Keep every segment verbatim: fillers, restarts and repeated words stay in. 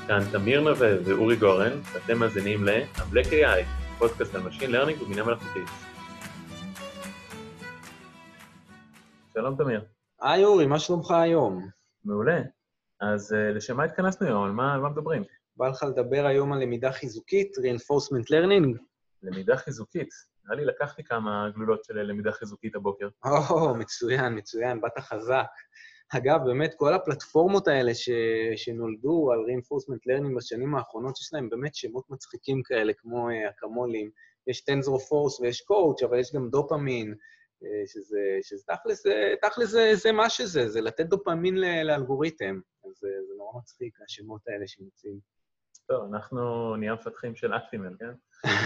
כאן תמיר נווה ואורי גורן, ואתם מאזינים ל-Black איי איי, פודקאסט על Machine Learning ובינה מלאכותית. שלום תמיר. היי אורי, מה שלומך היום? מעולה. אז uh, לשם מה התכנסנו היום? על מה, על מה מדברים? בא לך לדבר היום על למידה חיזוקית, Reinforcement Learning? למידה חיזוקית. נראה לי לקחתי כמה גלולות של למידה חיזוקית הבוקר. או, מצוין, מצוין, באת חזק. אגב, באמת, כל הפלטפורמות האלה ש... שנולדו על Reinforcement Learning בשנים האחרונות, יש להם באמת שמות מצחיקים כאלה, כמו uh, אקמולים. יש TensorForce ויש Coach, אבל יש גם דופמין, uh, שזה, שזה תכל'ס, תכל'ס זה, זה מה שזה, זה לתת דופמין ל... לאלגוריתם. אז uh, זה נורא מצחיק, השמות האלה שמוצאים. טוב, אנחנו נהיה מפתחים של אקטימל, כן?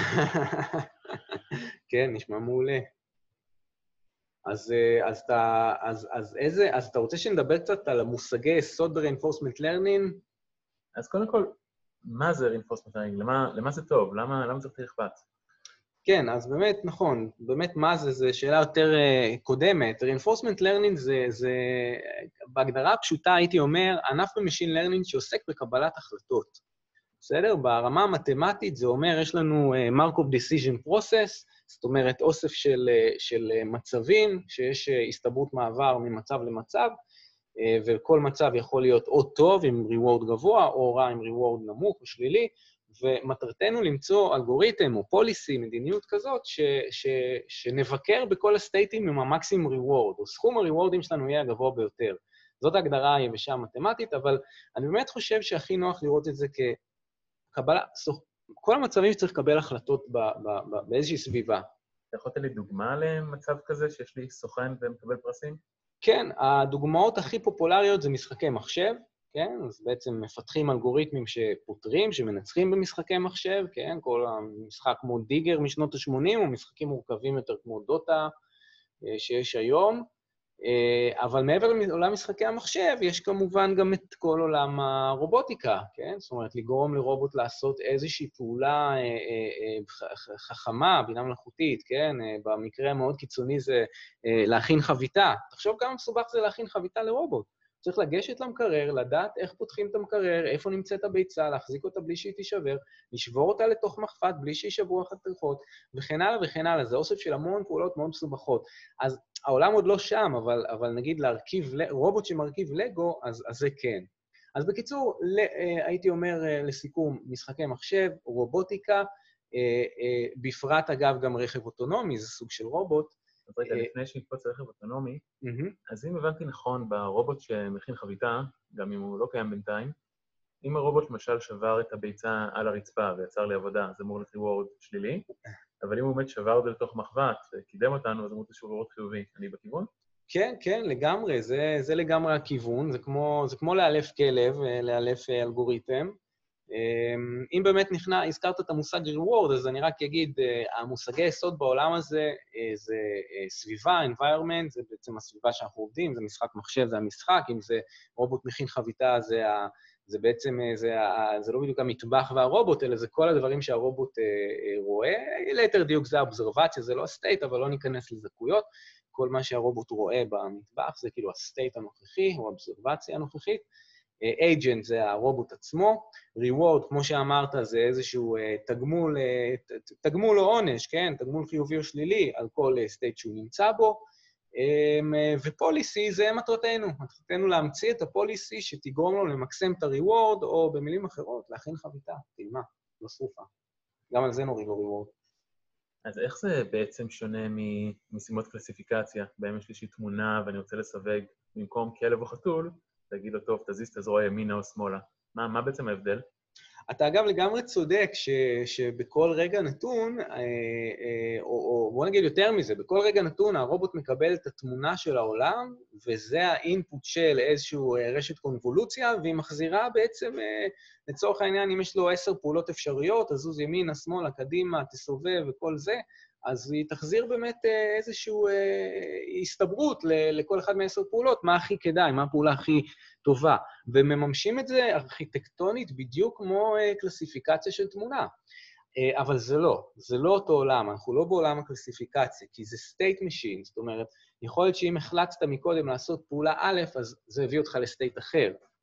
כן, נשמע מעולה. אז, אז, אתה, אז, אז, איזה, אז אתה רוצה שנדבר קצת על המושגי יסוד ב-Reinforcement Learning? אז קודם כל, מה זה Reinforcement Learning? למה, למה זה טוב? למה, למה זה אכפת? כן, אז באמת, נכון, באמת מה זה, זו שאלה יותר uh, קודמת. Reinforcement Learning זה, זה, בהגדרה הפשוטה הייתי אומר, ענף ב-Machine Learning שעוסק בקבלת החלטות. בסדר? ברמה המתמטית זה אומר, יש לנו uh, Markov Decision Process, זאת אומרת, אוסף של, uh, של uh, מצבים, שיש uh, הסתברות מעבר ממצב למצב, uh, וכל מצב יכול להיות או טוב עם reward גבוה, או רע עם reward נמוך או שלילי, ומטרתנו למצוא אלגוריתם או פוליסי, מדיניות כזאת, ש, ש, שנבקר בכל הסטייטים עם המקסימום reward, או סכום הריוורדים שלנו יהיה הגבוה ביותר. זאת ההגדרה היבשה המתמטית, אבל אני באמת חושב שהכי נוח לראות את זה כ... קבלה, כל המצבים שצריך לקבל החלטות ב, ב, ב, באיזושהי סביבה. אתה יכולת לי דוגמה למצב כזה שיש לי סוכן ומקבל פרסים? כן, הדוגמאות הכי פופולריות זה משחקי מחשב, כן? אז בעצם מפתחים אלגוריתמים שפותרים, שמנצחים במשחקי מחשב, כן? כל המשחק כמו דיגר משנות ה-שמונים, או משחקים מורכבים יותר כמו דוטה שיש היום. אבל מעבר לעולם משחקי המחשב, יש כמובן גם את כל עולם הרובוטיקה, כן? זאת אומרת, לגרום לרובוט לעשות איזושהי פעולה חכמה, בינה מלאכותית, כן? במקרה המאוד קיצוני זה להכין חביתה. תחשוב כמה מסובך זה להכין חביתה לרובוט. צריך לגשת למקרר, לדעת איך פותחים את המקרר, איפה נמצאת הביצה, להחזיק אותה בלי שהיא תישבר, לשבור אותה לתוך מחפת בלי שישברו החתיכות, וכן הלאה וכן הלאה. זה אוסף של המון פעולות מאוד מסובכות. אז העולם עוד לא שם, אבל, אבל נגיד להרכיב רובוט שמרכיב לגו, אז, אז זה כן. אז בקיצור, הייתי אומר לסיכום, משחקי מחשב, רובוטיקה, בפרט אגב גם רכב אוטונומי, זה סוג של רובוט, אז רגע, לפני שנקפוץ לרכב אוטונומי, אז אם הבנתי נכון, ברובוט שמכין חביתה, גם אם הוא לא קיים בינתיים, אם הרובוט למשל שבר את הביצה על הרצפה ויצר לי עבודה, זה אמור להיות ריוורד שלילי, אבל אם הוא באמת שבר את זה לתוך מחבת וקידם אותנו, אז אמור להיות ריוורד חיובי. אני בכיוון? כן, כן, לגמרי, זה, זה לגמרי הכיוון, זה כמו, זה כמו לאלף כלב, לאלף אלגוריתם. אם באמת נכנע, הזכרת את המושג reward, אז אני רק אגיד, המושגי יסוד בעולם הזה זה סביבה, environment, זה בעצם הסביבה שאנחנו עובדים, זה משחק מחשב, זה המשחק, אם זה רובוט מכין חביתה, זה, ה, זה בעצם, זה, ה, זה לא בדיוק המטבח והרובוט, אלא זה כל הדברים שהרובוט רואה, ליתר דיוק זה האובזרבציה, זה לא הסטייט, אבל לא ניכנס לזכויות, כל מה שהרובוט רואה במטבח זה כאילו הסטייט הנוכחי, או האובזרבציה הנוכחית, agent זה הרובוט עצמו, reward, כמו שאמרת, זה איזשהו תגמול, תגמול או עונש, כן? תגמול חיובי או שלילי על כל סטייט שהוא נמצא בו, ופוליסי זה מטרתנו, מטרתנו להמציא את הפוליסי שתגרום לו למקסם את ה-reward, או במילים אחרות, להכין חביתה, טעימה, לא שרופה. גם על זה נוריד לו reward. אז איך זה בעצם שונה ממשימות קלסיפיקציה, בהם יש לי שהיא תמונה ואני רוצה לסווג במקום כלב או חתול, תגיד לו, טוב, תזיז את הזרוע ימינה או שמאלה. מה, מה בעצם ההבדל? אתה אגב לגמרי צודק ש, שבכל רגע נתון, אה, אה, או, או בוא נגיד יותר מזה, בכל רגע נתון הרובוט מקבל את התמונה של העולם, וזה האינפוט של איזשהו רשת קונבולוציה, והיא מחזירה בעצם, אה, לצורך העניין, אם יש לו עשר פעולות אפשריות, אז זוז ימינה, שמאלה, קדימה, תסובב וכל זה, אז היא תחזיר באמת איזושהי הסתברות לכל אחד מעשר פעולות, מה הכי כדאי, מה הפעולה הכי טובה. ומממשים את זה ארכיטקטונית בדיוק כמו קלסיפיקציה של תמונה. אבל זה לא, זה לא אותו עולם, אנחנו לא בעולם הקלסיפיקציה, כי זה state machine, זאת אומרת, יכול להיות שאם החלטת מקודם לעשות פעולה א', אז זה הביא אותך לסטייט אחר.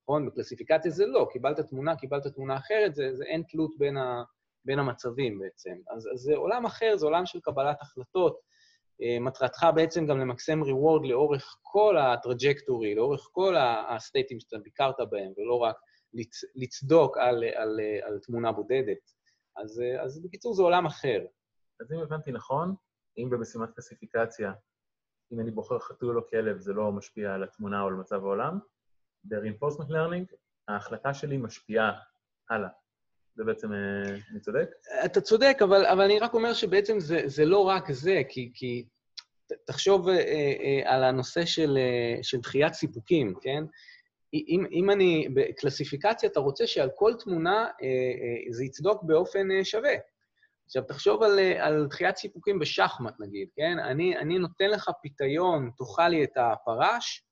נכון? בקלסיפיקציה זה לא, קיבלת תמונה, קיבלת תמונה אחרת, זה, זה אין תלות בין, ה, בין המצבים בעצם. אז, אז זה עולם אחר, זה עולם של קבלת החלטות. מטרתך בעצם גם למקסם ריוורד לאורך כל הטראג'קטורי, לאורך כל הסטייטים שאתה ביקרת בהם, ולא רק לצ, לצדוק על, על, על תמונה בודדת. אז, אז בקיצור זה עולם אחר. אז אם הבנתי נכון, אם במשימת קלסיפיקציה, אם אני בוחר חתול או כלב, זה לא משפיע על התמונה או על מצב העולם, ב-reinforcement learning, ההחלטה שלי משפיעה הלאה. זה בעצם, אני צודק? אתה צודק, אבל, אבל אני רק אומר שבעצם זה, זה לא רק זה, כי, כי תחשוב אה, אה, על הנושא של, אה, של דחיית סיפוקים, כן? אם, אם אני, בקלסיפיקציה אתה רוצה שעל כל תמונה אה, אה, זה יצדוק באופן אה, שווה. עכשיו, תחשוב על, על דחיית סיפוקים בשחמט, נגיד, כן? אני, אני נותן לך פיתיון, תאכל לי את הפרש,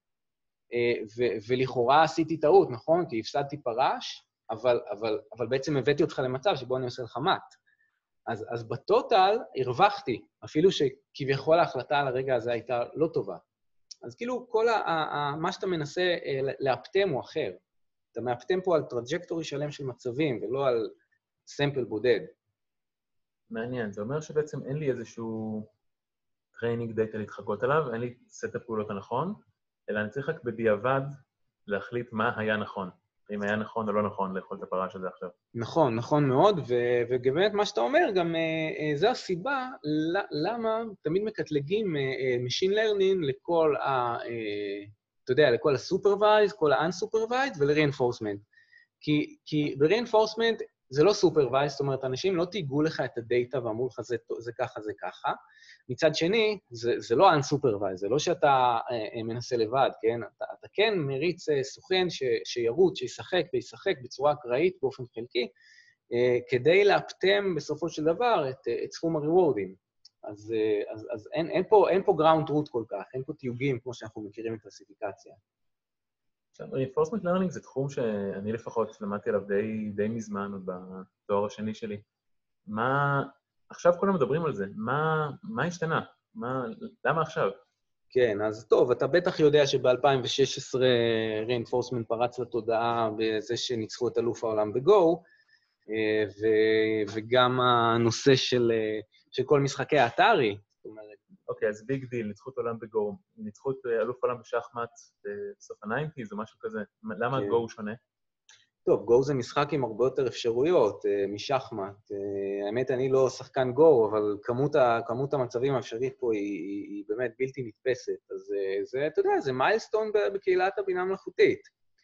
ו, ולכאורה עשיתי טעות, נכון? כי הפסדתי פרש, אבל, אבל, אבל בעצם הבאתי אותך למצב שבו אני עושה לך מט. אז, אז בטוטל הרווחתי, אפילו שכביכול ההחלטה על הרגע הזה הייתה לא טובה. אז כאילו, כל ה, ה, מה שאתה מנסה לאפטם הוא אחר. אתה מאפטם פה על טראג'קטורי שלם של מצבים, ולא על סמפל בודד. מעניין, זה אומר שבעצם אין לי איזשהו טריינינג דאטה להתחקות עליו, אין לי סט הפעולות הנכון, אלא אני צריך רק בדיעבד להחליט מה היה נכון, אם היה נכון או לא נכון לאכול את הפרש הזה עכשיו. נכון, נכון מאוד, ו- ובאמת מה שאתה אומר, גם uh, זו הסיבה למה תמיד מקטלגים uh, Machine Learning לכל ה... Uh, אתה יודע, לכל ה-Supervised, כל ה-Unsupervised ול-Reinforcement. כי, כי ב-Reinforcement זה לא Supervised, זאת אומרת, אנשים לא תיגעו לך את הדאטה ואמרו לך זה, זה ככה, זה ככה. מצד שני, זה, זה לא Unsupervised, זה לא שאתה uh, מנסה לבד, כן? אתה, אתה כן מריץ uh, סוכן ש, שירוץ, שישחק וישחק בצורה אקראית באופן חלקי, uh, כדי לאפטם בסופו של דבר את, uh, את סכום הריוורדים. אז, uh, אז, אז אין, אין פה, אין פה ground root כל כך, אין פה תיוגים כמו שאנחנו מכירים בקלסיפיקציה. עכשיו, reinforcement learning זה תחום שאני לפחות למדתי עליו די, די מזמן, עוד בתואר השני שלי. מה... עכשיו כולם מדברים על זה, מה, מה השתנה? מה, למה עכשיו? כן, אז טוב, אתה בטח יודע שב-אלפיים ושש עשרה reinforcement פרץ לתודעה בזה שניצחו את אלוף העולם בגו, ו- וגם הנושא של, של כל משחקי האתרי, זאת אומרת... אוקיי, אז ביג דיל, ניצחו את העולם בגו, ניצחו את אלוף העולם בשחמט בסוף ה-תשעים, זה משהו כזה. למה כן. גו הוא שונה? טוב, גו זה משחק עם הרבה יותר אפשרויות uh, משחמט. Uh, האמת, אני לא שחקן גו, אבל כמות, ה, כמות המצבים האפשרית פה היא, היא, היא באמת בלתי נתפסת. אז uh, זה, אתה יודע, זה מיילסטון בקהילת הבינה מלאכותית.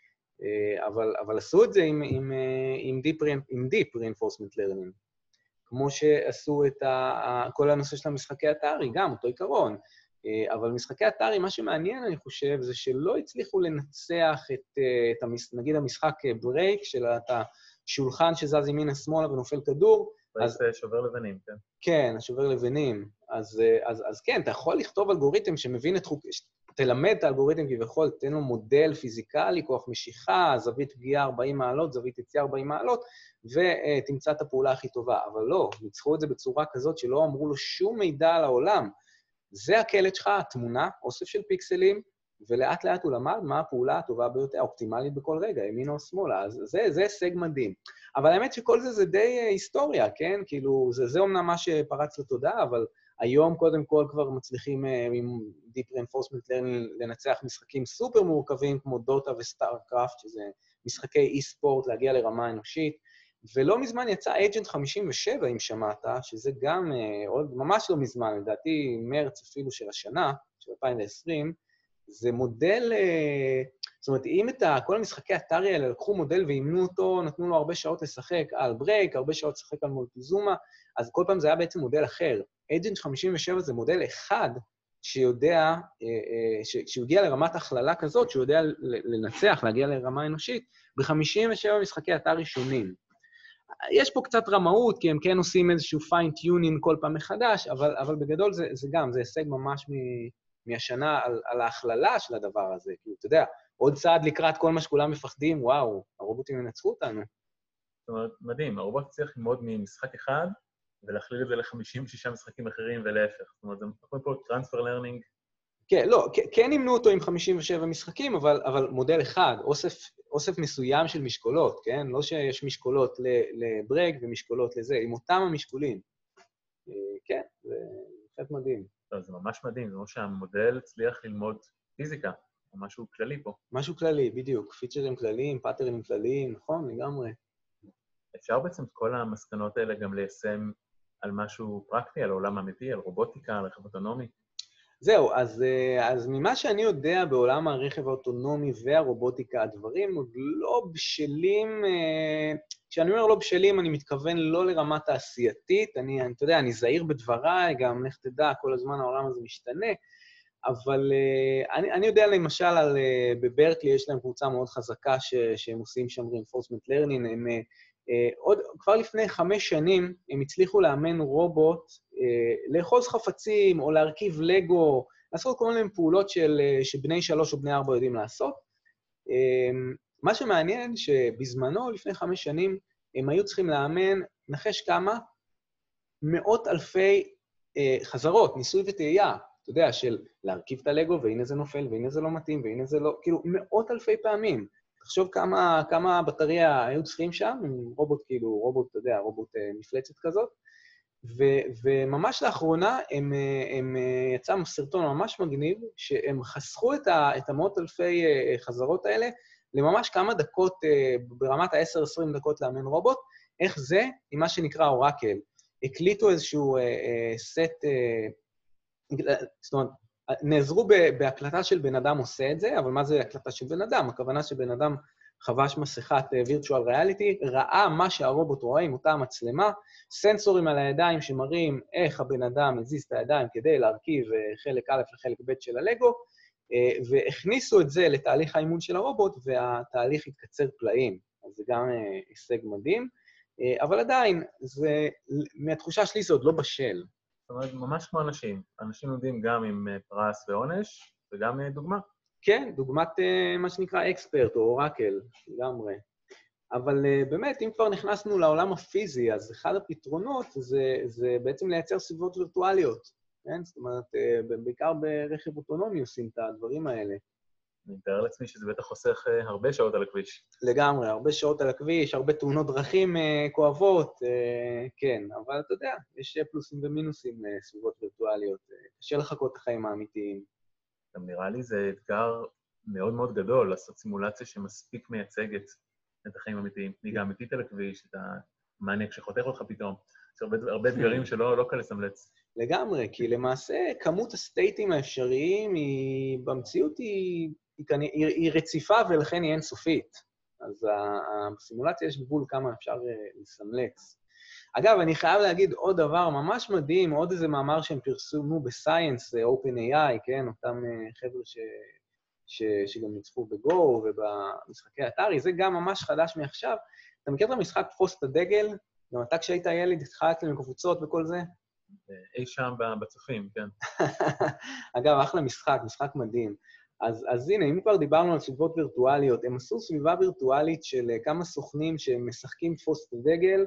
Uh, אבל, אבל עשו את זה עם, עם, עם, deep, עם deep reinforcement learning. כמו שעשו את ה, כל הנושא של המשחקי אתרי, גם אותו עיקרון. אבל משחקי אתרי, מה שמעניין, אני חושב, זה שלא הצליחו לנצח את, את המש, נגיד המשחק ברייק, של השולחן שזז ימינה-שמאלה ונופל כדור. אז שובר לבנים, כן. כן, השובר לבנים. אז, אז, אז כן, אתה יכול לכתוב אלגוריתם שמבין את חוק... תלמד את האלגוריתם כביכול, תן לו מודל פיזיקלי, כוח משיכה, זווית פגיעה ארבעים מעלות, זווית יציאה ארבעים מעלות, ותמצא את הפעולה הכי טובה. אבל לא, ניצחו את זה בצורה כזאת שלא אמרו לו שום מידע על העולם. זה הקלט שלך, התמונה, אוסף של פיקסלים, ולאט לאט הוא למד מה הפעולה הטובה ביותר, האופטימלית בכל רגע, ימינה או שמאלה. אז זה, זה הישג מדהים. אבל האמת שכל זה זה די היסטוריה, כן? כאילו, זה, זה אומנם מה שפרץ לתודעה, אבל היום קודם כל כבר מצליחים עם Deep Reinforcement Learning לנצח משחקים סופר מורכבים, כמו דוטה וסטארקראפט, שזה משחקי אי-ספורט, להגיע לרמה אנושית. ולא מזמן יצא Agent חמישים ושבע, אם שמעת, שזה גם עוד ממש לא מזמן, לדעתי מרץ אפילו של השנה, של אלפיים ועשרים, זה מודל, זאת אומרת, אם את כל המשחקי אתרי האלה לקחו מודל ואימנו אותו, נתנו לו הרבה שעות לשחק על ברייק, הרבה שעות לשחק על מולטיזומה, אז כל פעם זה היה בעצם מודל אחר. Agent חמישים ושבע זה מודל אחד שיודע, שהוא הגיע לרמת הכללה כזאת, שהוא יודע לנצח, להגיע לרמה אנושית, ב-חמישים ושבע משחקי אתרי שונים. יש פה קצת רמאות, כי הם כן עושים איזשהו פיין-טיונינג כל פעם מחדש, אבל, אבל בגדול זה, זה גם, זה הישג ממש מ, מהשנה על, על ההכללה של הדבר הזה. כי אתה יודע, עוד צעד לקראת כל מה שכולם מפחדים, וואו, הרובוטים ינצחו אותנו. זאת אומרת, מדהים, הרובוט צריך ללמוד ממשחק אחד, ולהכליל את זה ל-חמישים ושישה משחקים אחרים ולהפך. זאת אומרת, זה קודם כל טרנספר לרנינג. כן, לא, כן אימנו אותו עם חמישים ושבע משחקים, אבל, אבל מודל אחד, אוסף, אוסף מסוים של משקולות, כן? לא שיש משקולות לברג ומשקולות לזה, עם אותם המשקולים. כן, זה קצת מדהים. טוב, זה ממש מדהים, זה אומר שהמודל הצליח ללמוד פיזיקה, או משהו כללי פה. משהו כללי, בדיוק. פיצ'רים כלליים, פאטרנים כלליים, נכון, לגמרי. אפשר בעצם את כל המסקנות האלה גם ליישם על משהו פרקטי, על עולם אמיתי, על רובוטיקה, על רכב אוטונומי? זהו, אז, אז ממה שאני יודע בעולם הרכב האוטונומי והרובוטיקה, הדברים עוד לא בשלים, כשאני אומר לא בשלים, אני מתכוון לא לרמה תעשייתית, אני, אתה יודע, אני זהיר בדבריי, גם לך תדע, כל הזמן העולם הזה משתנה, אבל אני, אני יודע למשל על, בברקלי יש להם קבוצה מאוד חזקה ש, שהם עושים שם reinforcement learning, הם עוד, כבר לפני חמש שנים הם הצליחו לאמן רובוט, לאחוז חפצים או להרכיב לגו, לעשות כל מיני פעולות של, שבני שלוש או בני ארבע יודעים לעשות. מה שמעניין שבזמנו, לפני חמש שנים, הם היו צריכים לאמן, נחש כמה, מאות אלפי חזרות, ניסוי וטעייה, אתה יודע, של להרכיב את הלגו, והנה זה נופל, והנה זה לא מתאים, והנה זה לא, כאילו, מאות אלפי פעמים. תחשוב כמה, כמה בטריה היו צריכים שם, רובוט כאילו, רובוט, אתה יודע, רובוט מפלצת כזאת, ו, וממש לאחרונה הם, הם יצאו סרטון ממש מגניב, שהם חסכו את, ה, את המאות אלפי חזרות האלה, לממש כמה דקות, ברמת ה-עשר עשרים דקות לאמן רובוט, איך זה, עם מה שנקרא אורקל, הקליטו איזשהו סט, זאת אומרת, נעזרו בהקלטה של בן אדם עושה את זה, אבל מה זה הקלטה של בן אדם? הכוונה שבן אדם חבש מסכת virtual reality, ראה מה שהרובוט רואה עם אותה מצלמה, סנסורים על הידיים שמראים איך הבן אדם מזיז את הידיים כדי להרכיב חלק א' לחלק ב' של הלגו, והכניסו את זה לתהליך האימון של הרובוט, והתהליך התקצר פלאים. אז זה גם הישג מדהים, אבל עדיין, זה, מהתחושה שלי זה עוד לא בשל. זאת אומרת, ממש כמו אנשים. אנשים יודעים גם עם פרס ועונש, וגם דוגמה. כן, דוגמת מה שנקרא אקספרט או אורקל, לגמרי. אבל באמת, אם כבר נכנסנו לעולם הפיזי, אז אחד הפתרונות זה, זה בעצם לייצר סביבות וירטואליות. כן? זאת אומרת, בעיקר ברכב אוטונומי עושים את הדברים האלה. אני מתאר לעצמי שזה בטח חוסך הרבה שעות על הכביש. לגמרי, הרבה שעות על הכביש, הרבה תאונות דרכים כואבות, כן, אבל אתה יודע, יש פלוסים ומינוסים לסביבות וירטואליות, קשה לחכות את החיים האמיתיים. גם נראה לי זה אתגר מאוד מאוד גדול, לעשות סימולציה שמספיק מייצגת את החיים האמיתיים. היא גם אמיתית על הכביש, את המניאק שחותך אותך פתאום. יש הרבה, הרבה אתגרים שלא לא קל לסמלץ. לגמרי, כי למעשה כמות הסטייטים האפשריים היא, במציאות היא, היא, היא, היא רציפה ולכן היא אינסופית. אז בסימולציה יש גבול כמה אפשר לסמלץ. אגב, אני חייב להגיד עוד דבר ממש מדהים, עוד איזה מאמר שהם פרסמו בסייאנס, OpenAI, כן, אותם חבר'ה ש, ש, שגם ניצחו בגו ובמשחקי אתרי, זה גם ממש חדש מעכשיו. אתה מכיר את המשחק תפוס את הדגל? גם אתה כשהיית ילד התחלת עם קבוצות וכל זה? אי שם בצופים, כן. אגב, אחלה משחק, משחק מדהים. אז, אז הנה, אם כבר דיברנו על סביבות וירטואליות, הם עשו סביבה וירטואלית של כמה סוכנים שמשחקים תפוס את הדגל,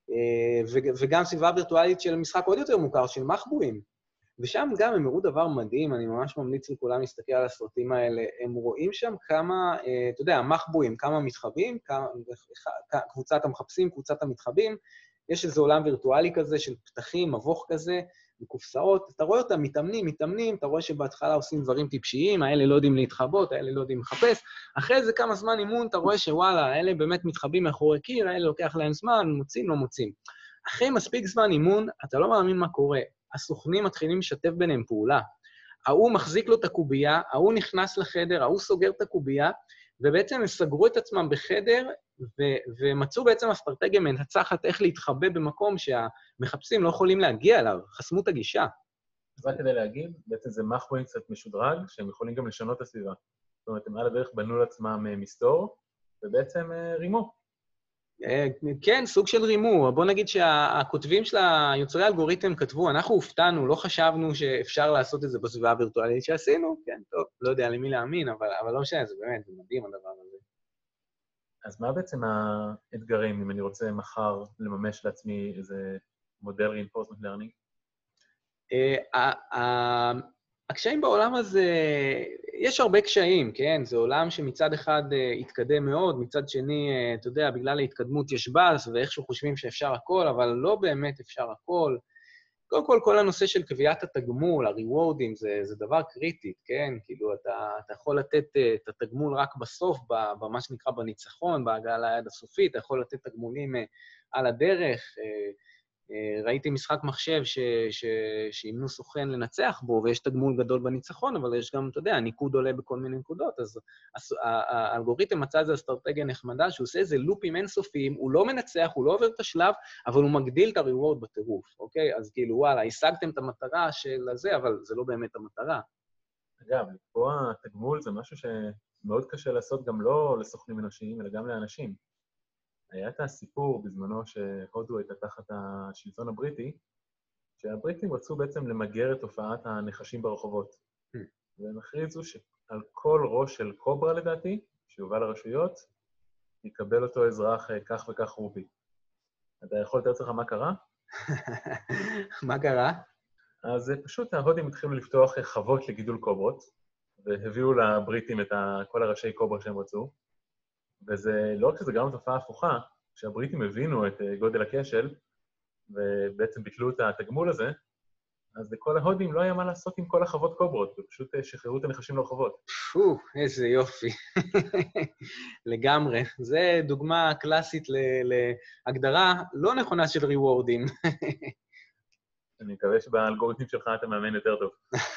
וגם סביבה וירטואלית של משחק עוד יותר מוכר, של מחבואים. ושם גם הם הראו דבר מדהים, אני ממש ממליץ לכולם להסתכל על הסרטים האלה, הם רואים שם כמה, אתה יודע, מחבואים, כמה מתחבים, כמה, קבוצת המחפשים, קבוצת המתחבים, יש איזה עולם וירטואלי כזה של פתחים, מבוך כזה, בקופסאות, אתה רואה אותם מתאמנים, מתאמנים, אתה רואה שבהתחלה עושים דברים טיפשיים, האלה לא יודעים להתחבות, האלה לא יודעים לחפש, אחרי זה כמה זמן אימון, אתה רואה שוואלה, האלה באמת מתחבים מאחורי קיר, האלה לוקח להם זמן, מוצאים, לא מוצאים. אחרי מספיק זמן אימון, אתה לא מאמין מה קורה. הסוכנים מתחילים לשתף ביניהם פעולה. ההוא מחזיק לו את הקובייה, ההוא נכנס לחדר, ההוא סוגר את הקובייה, ובעצם הם סגרו את עצמם בחדר, ו- ומצאו בעצם אסטרטגיה מנצחת איך להתחבא במקום שהמחפשים לא יכולים להגיע אליו, חסמו את הגישה. אז רק כדי להגיד, בעצם זה מחבואים קצת משודרג, שהם יכולים גם לשנות את הסביבה. זאת אומרת, הם על הדרך בנו לעצמם מסתור, ובעצם רימו. כן, סוג של רימו. בוא נגיד שהכותבים של היוצרי האלגוריתם כתבו, אנחנו הופתענו, לא חשבנו שאפשר לעשות את זה בסביבה הווירטואלית שעשינו, כן, טוב, לא יודע למי להאמין, אבל, אבל לא משנה, זה באמת, זה מדהים הדבר הזה. אז מה בעצם האתגרים, אם אני רוצה מחר לממש לעצמי איזה מודל reinforcement learning? הקשיים בעולם הזה, יש הרבה קשיים, כן? זה עולם שמצד אחד התקדם מאוד, מצד שני, אתה יודע, בגלל ההתקדמות יש באז, ואיכשהו חושבים שאפשר הכל, אבל לא באמת אפשר הכל. קודם כל, כל הנושא של קביעת התגמול, הריוורדים, זה, זה דבר קריטי, כן? כאילו, אתה, אתה יכול לתת את התגמול רק בסוף, במה שנקרא בניצחון, בהגעה ליד הסופית, אתה יכול לתת תגמולים על הדרך. ראיתי משחק מחשב שאימנו סוכן לנצח בו, ויש תגמול גדול בניצחון, אבל יש גם, אתה יודע, ניקוד עולה בכל מיני נקודות, אז האלגוריתם מצא איזו אסטרטגיה נחמדה, שהוא עושה איזה לופים אינסופיים, הוא לא מנצח, הוא לא עובר את השלב, אבל הוא מגדיל את הריוורד בטירוף, אוקיי? אז כאילו, וואלה, השגתם את המטרה של הזה, אבל זה לא באמת המטרה. אגב, לקבוע תגמול זה משהו שמאוד קשה לעשות גם לא לסוכנים אנושיים, אלא גם לאנשים. היה את הסיפור בזמנו שהודו הייתה תחת השלטון הבריטי, שהבריטים רצו בעצם למגר את תופעת הנחשים ברחובות. והם הכריזו שעל כל ראש של קוברה, לדעתי, שיובא לרשויות, יקבל אותו אזרח כך וכך רופי. אתה יכול לתאר לך מה קרה? מה קרה? אז פשוט ההודים התחילו לפתוח חוות לגידול קוברות, והביאו לבריטים את כל הראשי קוברה שהם רצו, וזה לא רק שזה גם תופעה הפוכה, כשהבריטים הבינו את גודל הכשל, ובעצם ביטלו את התגמול הזה, אז לכל ההודים לא היה מה לעשות עם כל החוות קוברות, ופשוט שחררו את הנחשים לרחובות. פו, איזה יופי. לגמרי. זה דוגמה קלאסית להגדרה לא נכונה של ריוורדים. אני מקווה שבאלגוריתמים שלך אתה מאמן יותר טוב.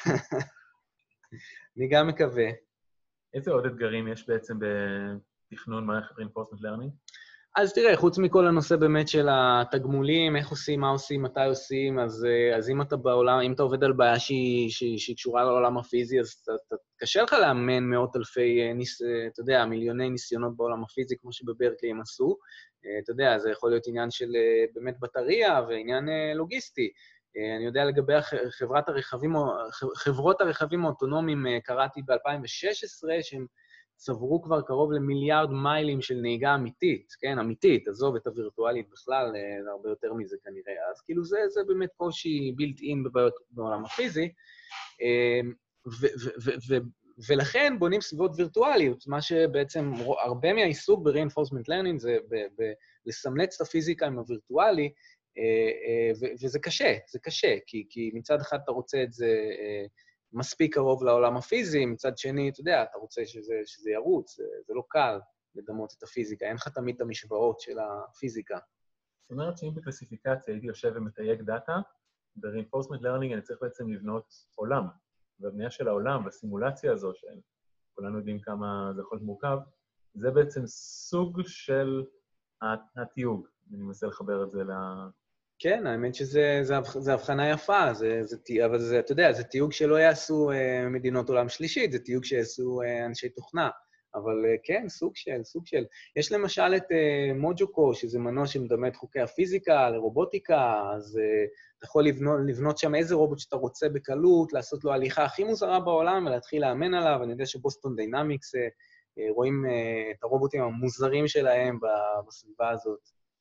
אני גם מקווה. איזה עוד אתגרים יש בעצם בתכנון מערכת reinforcement learning? אז תראה, חוץ מכל הנושא באמת של התגמולים, איך עושים, מה עושים, מתי עושים, אז, אז אם אתה בעולם, אם אתה עובד על בעיה שהיא, שהיא, שהיא קשורה לעולם הפיזי, אז אתה, אתה, קשה לך לאמן מאות אלפי, ניס, אתה יודע, מיליוני ניסיונות בעולם הפיזי, כמו שבברקלי הם עשו. אתה יודע, זה יכול להיות עניין של באמת בטריה ועניין לוגיסטי. אני יודע לגבי חברת הרכבים, חברות הרכבים האוטונומיים, קראתי ב-אלפיים ושש עשרה, שהם צברו כבר קרוב למיליארד מיילים של נהיגה אמיתית, כן, אמיתית, עזוב את הווירטואלית בכלל, זה הרבה יותר מזה כנראה. אז כאילו זה, זה באמת קושי בילט אין בבעיות בעולם הפיזי, ו- ו- ו- ולכן בונים סביבות וירטואליות, מה שבעצם הרבה מהעיסוק ב-reinforcement learning זה ב- ב- לסמלץ את הפיזיקה עם הווירטואלי, וזה קשה, זה קשה, כי, כי מצד אחד אתה רוצה את זה מספיק קרוב לעולם הפיזי, מצד שני, אתה יודע, אתה רוצה שזה, שזה ירוץ, זה, זה לא קל לדמות את הפיזיקה, אין לך תמיד את המשוואות של הפיזיקה. זאת אומרת שאם בקלסיפיקציה הייתי יושב ומתייג דאטה, ב-reinforcement learning אני צריך בעצם לבנות עולם, והבנייה של העולם והסימולציה הזו, שכולנו יודעים כמה זה יכול להיות מורכב, זה בעצם סוג של התיוג. אני מנסה לחבר את זה ל... כן, האמת שזה הבחנה יפה, זה, זה, אבל זה, אתה יודע, זה תיוג שלא יעשו אה, מדינות עולם שלישית, זה תיוג שיעשו אה, אנשי תוכנה, אבל אה, כן, סוג של, סוג של. יש למשל את אה, מוג'וקו, שזה מנוע שמדמה את חוקי הפיזיקה לרובוטיקה, אז אה, אתה יכול לבנות, לבנות שם איזה רובוט שאתה רוצה בקלות, לעשות לו הליכה הכי מוזרה בעולם ולהתחיל לאמן עליו. אני יודע שבוסטון דיינמיקס אה, אה, רואים אה, את הרובוטים המוזרים שלהם בסביבה הזאת.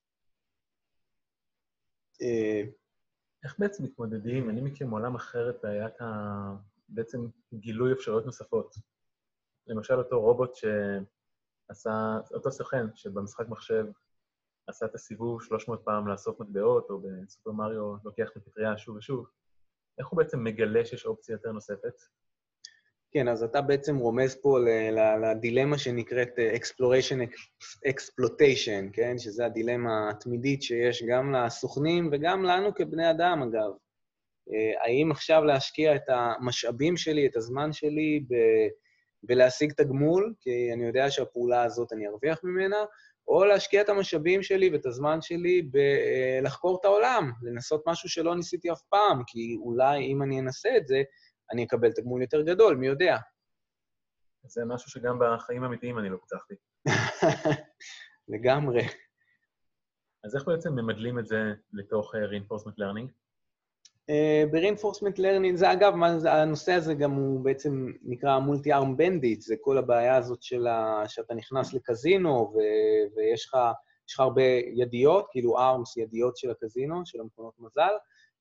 איך בעצם מתמודדים? אני מכיר מעולם אחרת בעיית ה... בעצם גילוי אפשרויות נוספות. למשל אותו רובוט שעשה, אותו סוכן שבמשחק מחשב עשה את הסיבוב שלוש מאות פעם לאסוף מטבעות, או בסופר מריו לוקח את הפטריה שוב ושוב. איך הוא בעצם מגלה שיש אופציה יותר נוספת? כן, אז אתה בעצם רומז פה לדילמה שנקראת exploration exploitation, כן? שזה הדילמה התמידית שיש גם לסוכנים וגם לנו כבני אדם, אגב. האם עכשיו להשקיע את המשאבים שלי, את הזמן שלי, ב- בלהשיג תגמול, כי אני יודע שהפעולה הזאת אני ארוויח ממנה, או להשקיע את המשאבים שלי ואת הזמן שלי בלחקור את העולם, לנסות משהו שלא ניסיתי אף פעם, כי אולי אם אני אנסה את זה, אני אקבל תגמול יותר גדול, מי יודע? זה משהו שגם בחיים האמיתיים אני לא פצחתי. לגמרי. אז איך בעצם ממדלים את זה לתוך reinforcement learning? ב-reinforcement learning, זה אגב, הנושא הזה גם הוא בעצם נקרא multi-arm bandit, זה כל הבעיה הזאת של שאתה נכנס לקזינו, ויש לך הרבה ידיות, כאילו arms, ידיות של הקזינו, של המכונות מזל,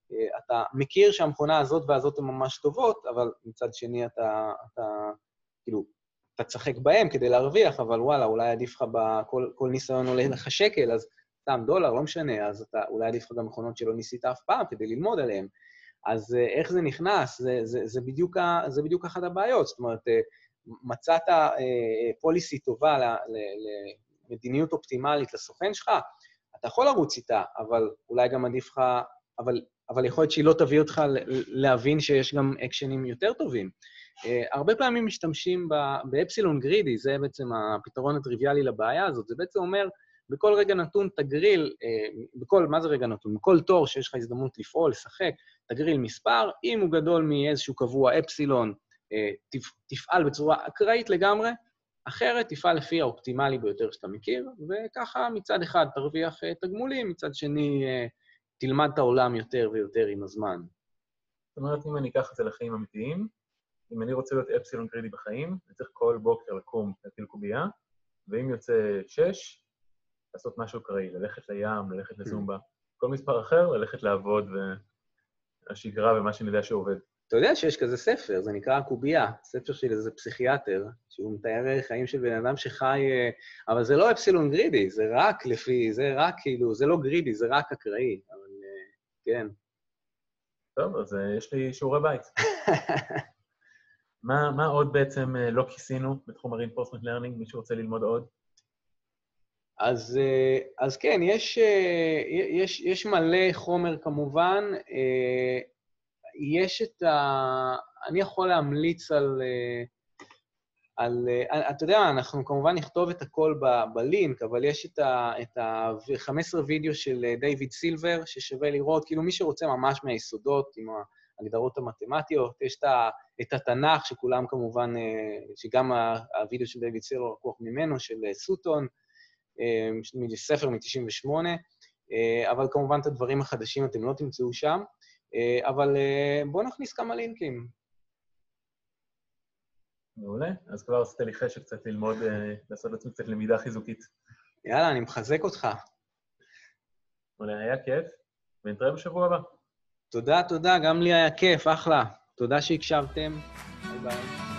אתה מכיר שהמכונה הזאת והזאת הן ממש טובות, אבל מצד שני אתה, אתה, כאילו, אתה תשחק בהם כדי להרוויח, אבל וואלה, אולי עדיף לך בכל כל ניסיון עולה לך שקל, אז סתם דולר, לא משנה, אז אתה, אולי עדיף לך גם מכונות שלא ניסית אף פעם כדי ללמוד עליהן. אז איך זה נכנס? זה, זה, זה בדיוק, זה בדיוק אחת הבעיות. זאת אומרת, מצאת פוליסי טובה למדיניות אופטימלית לסוכן שלך, אתה יכול לרוץ איתה, אבל אולי גם עדיף לך, אבל, אבל יכול להיות שהיא לא תביא אותך להבין שיש גם אקשנים יותר טובים. הרבה פעמים משתמשים באפסילון גרידי, זה בעצם הפתרון הטריוויאלי לבעיה הזאת, זה בעצם אומר, בכל רגע נתון תגריל, בכל, מה זה רגע נתון? בכל תור שיש לך הזדמנות לפעול, לשחק, תגריל מספר, אם הוא גדול מאיזשהו קבוע אפסילון, תפעל בצורה אקראית לגמרי, אחרת תפעל לפי האופטימלי ביותר שאתה מכיר, וככה מצד אחד תרוויח תגמולים, מצד שני תלמד את העולם יותר ויותר עם הזמן. זאת אומרת, אם אני אקח את זה לחיים אמיתיים, אם אני רוצה להיות אפסילון גרידי בחיים, אני צריך כל בוקר לקום להטיל קובייה, ואם יוצא שש, לעשות משהו קראי, ללכת לים, ללכת לזומבה, כל מספר אחר, ללכת לעבוד והשגרה ומה שאני יודע שעובד. אתה יודע שיש כזה ספר, זה נקרא הקובייה, ספר של איזה פסיכיאטר, שהוא מתאר חיים של בן אדם שחי, אבל זה לא אפסילון גרידי, זה רק לפי, זה רק כאילו, זה לא גרידי, זה רק אקראי, אבל כן. טוב, אז יש לי שיעורי בית. מה, מה עוד בעצם לא כיסינו בתחום ה-Reinforcement Learning, מי שרוצה ללמוד עוד? אז, אז כן, יש, יש, יש מלא חומר כמובן, יש את ה... אני יכול להמליץ על... על... אתה יודע, אנחנו כמובן נכתוב את הכל ב, בלינק, אבל יש את ה... את ה-חמש עשרה וידאו של דיוויד סילבר, ששווה לראות, כאילו מי שרוצה ממש מהיסודות, עם ההגדרות המתמטיות, יש את, ה... את התנ"ך, שכולם כמובן, שגם הוידאו של דיוויד סילבר לקוח ממנו, של סוטון, ספר מ-תשעים ושמונה, אבל כמובן את הדברים החדשים אתם לא תמצאו שם, אבל בואו נכניס כמה לינקים. מעולה, אז כבר עשית לי חשק קצת ללמוד, לעשות לעצמי קצת למידה חיזוקית. יאללה, אני מחזק אותך. מעולה, היה כיף, ונתראה בשבוע הבא. תודה, תודה, גם לי היה כיף, אחלה. תודה שהקשבתם. ביי ביי.